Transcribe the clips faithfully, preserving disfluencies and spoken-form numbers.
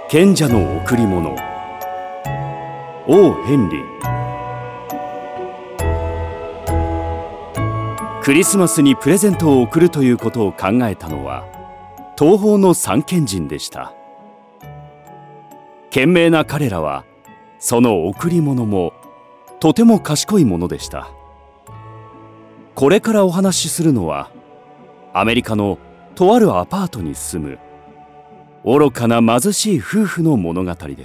賢者の贈り物。王ヘンリー。クリスマスにプレゼントを贈るということを考えたのは東方の三賢人でした。賢明な彼らはその贈り物もとても賢いものでした。これからお話しするのはアメリカのとあるアパートに住む愚かな貧しい夫婦の物語です。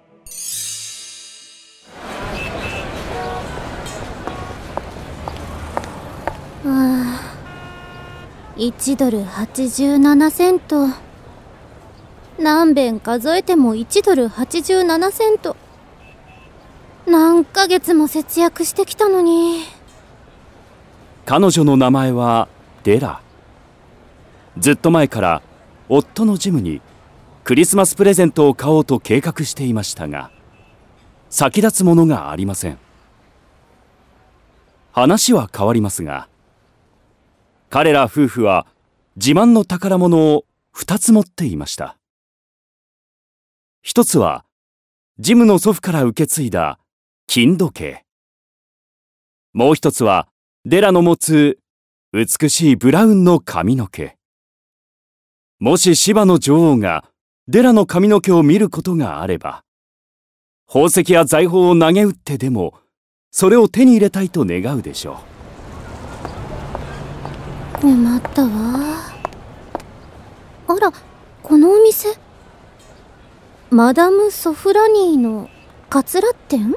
はあ、いちドルはちじゅうななセント。何遍数えてもいちドルはちじゅうななセント。何ヶ月も節約してきたのに。 彼女の名前はデラ。ずっと前から夫のジムにクリスマスプレゼントを買おうと計画していましたが、先立つものがありません。話は変わりますが、彼ら夫婦は自慢の宝物をふたつ持っていました。一つはジムの祖父から受け継いだ金時計。もう一つはデラの持つ美しいブラウンの髪の毛。もし芝の女王がデラの髪の毛を見ることがあれば、宝石や財宝を投げ打ってでもそれを手に入れたいと願うでしょう。困ったわ。あら、このお店、マダム・ソフラニーのカツラ店？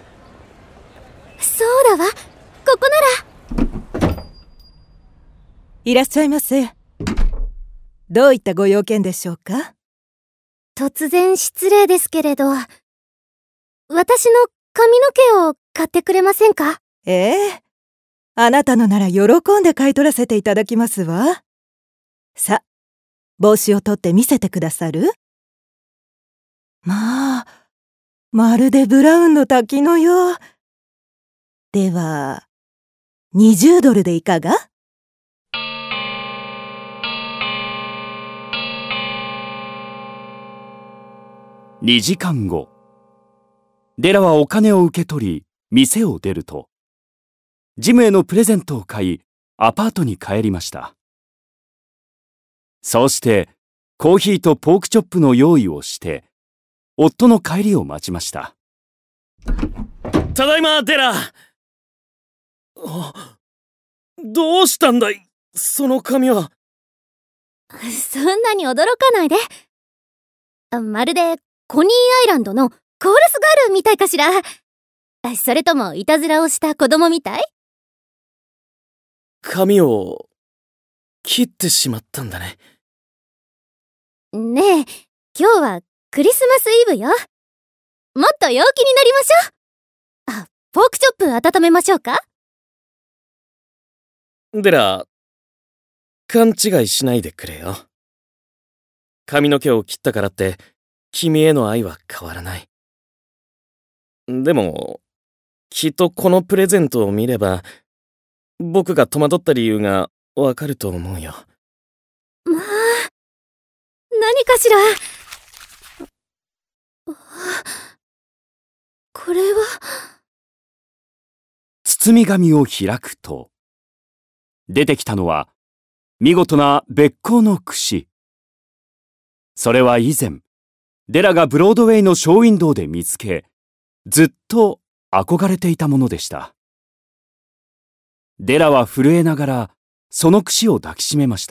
そうだわ、ここなら。 いらっしゃいませ。どういったご用件でしょうか？ 突然失礼ですけれど、私の髪の毛を買ってくれませんか？ ええ、あなたのなら喜んで買い取らせていただきますわ。さ、帽子を取って見せてくださる？まあ、まるでブラウンの滝のよう。では、にじゅうドルでいかが？ にじかんご、デラはお金を受け取り店を出ると、ジムへのプレゼントを買いアパートに帰りました。そうしてコーヒーとポークチョップの用意をして夫の帰りを待ちました。 ただいま、デラ。あ、どうしたんだい、その髪は。 そんなに驚かないで。まるでコニーアイランドのコールスガールみたいかしら。それともいたずらをした子供みたい？ 髪を切ってしまったんだね。 ねえ、今日はクリスマスイブよ。もっと陽気になりましょう。あ、ポークチョップ温めましょうか？ デラ、勘違いしないでくれよ。髪の毛を切ったからって君への愛は変わらない。でもきっとこのプレゼントを見れば僕が戸惑った理由がわかると思うよ。 まあ、何かしら。これは。 包み紙を開くと出てきたのは見事なべっ甲の櫛。それは以前デラがブロードウェイのショーウィンドウで見つけ、ずっと憧れていたものでした。デラは震えながらその櫛を抱きしめました。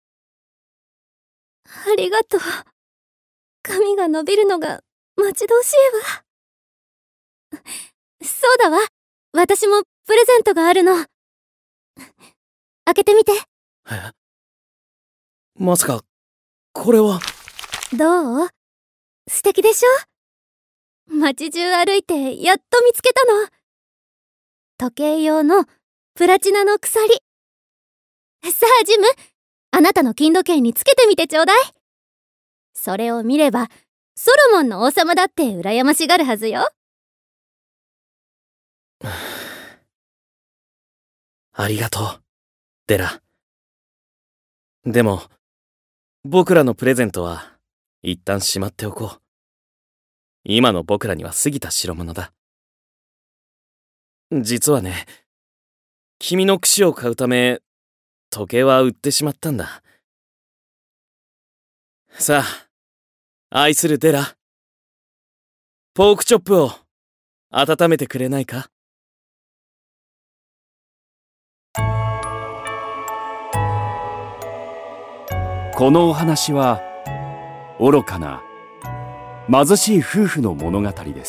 ありがとう。髪が伸びるのが待ち遠しいわ。そうだわ、私もプレゼントがあるの。開けてみて。 え？まさかこれは。 どう？素敵でしょ？街中歩いてやっと見つけたの。時計用のプラチナの鎖。さあジム、あなたの金時計につけてみてちょうだい。それを見ればソロモンの王様だって羨ましがるはずよ。 ありがとう、デラ。でも僕らのプレゼントは一旦しまっておこう。今の僕らには過ぎた代物だ。実はね、君の櫛を買うため、時計は売ってしまったんだ。さあ、愛するデラ、ポークチョップを温めてくれないか？ このお話は愚かな貧しい夫婦の物語です。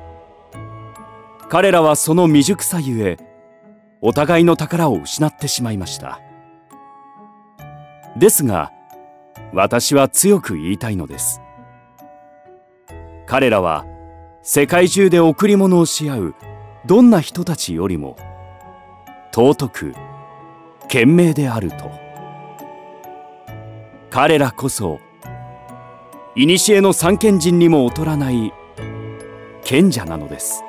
彼らはその未熟さゆえお互いの宝を失ってしまいました。ですが私は強く言いたいのです。彼らは世界中で贈り物をし合うどんな人たちよりも尊く賢明であると。彼らこそ古の三賢人にも劣らない賢者なのです。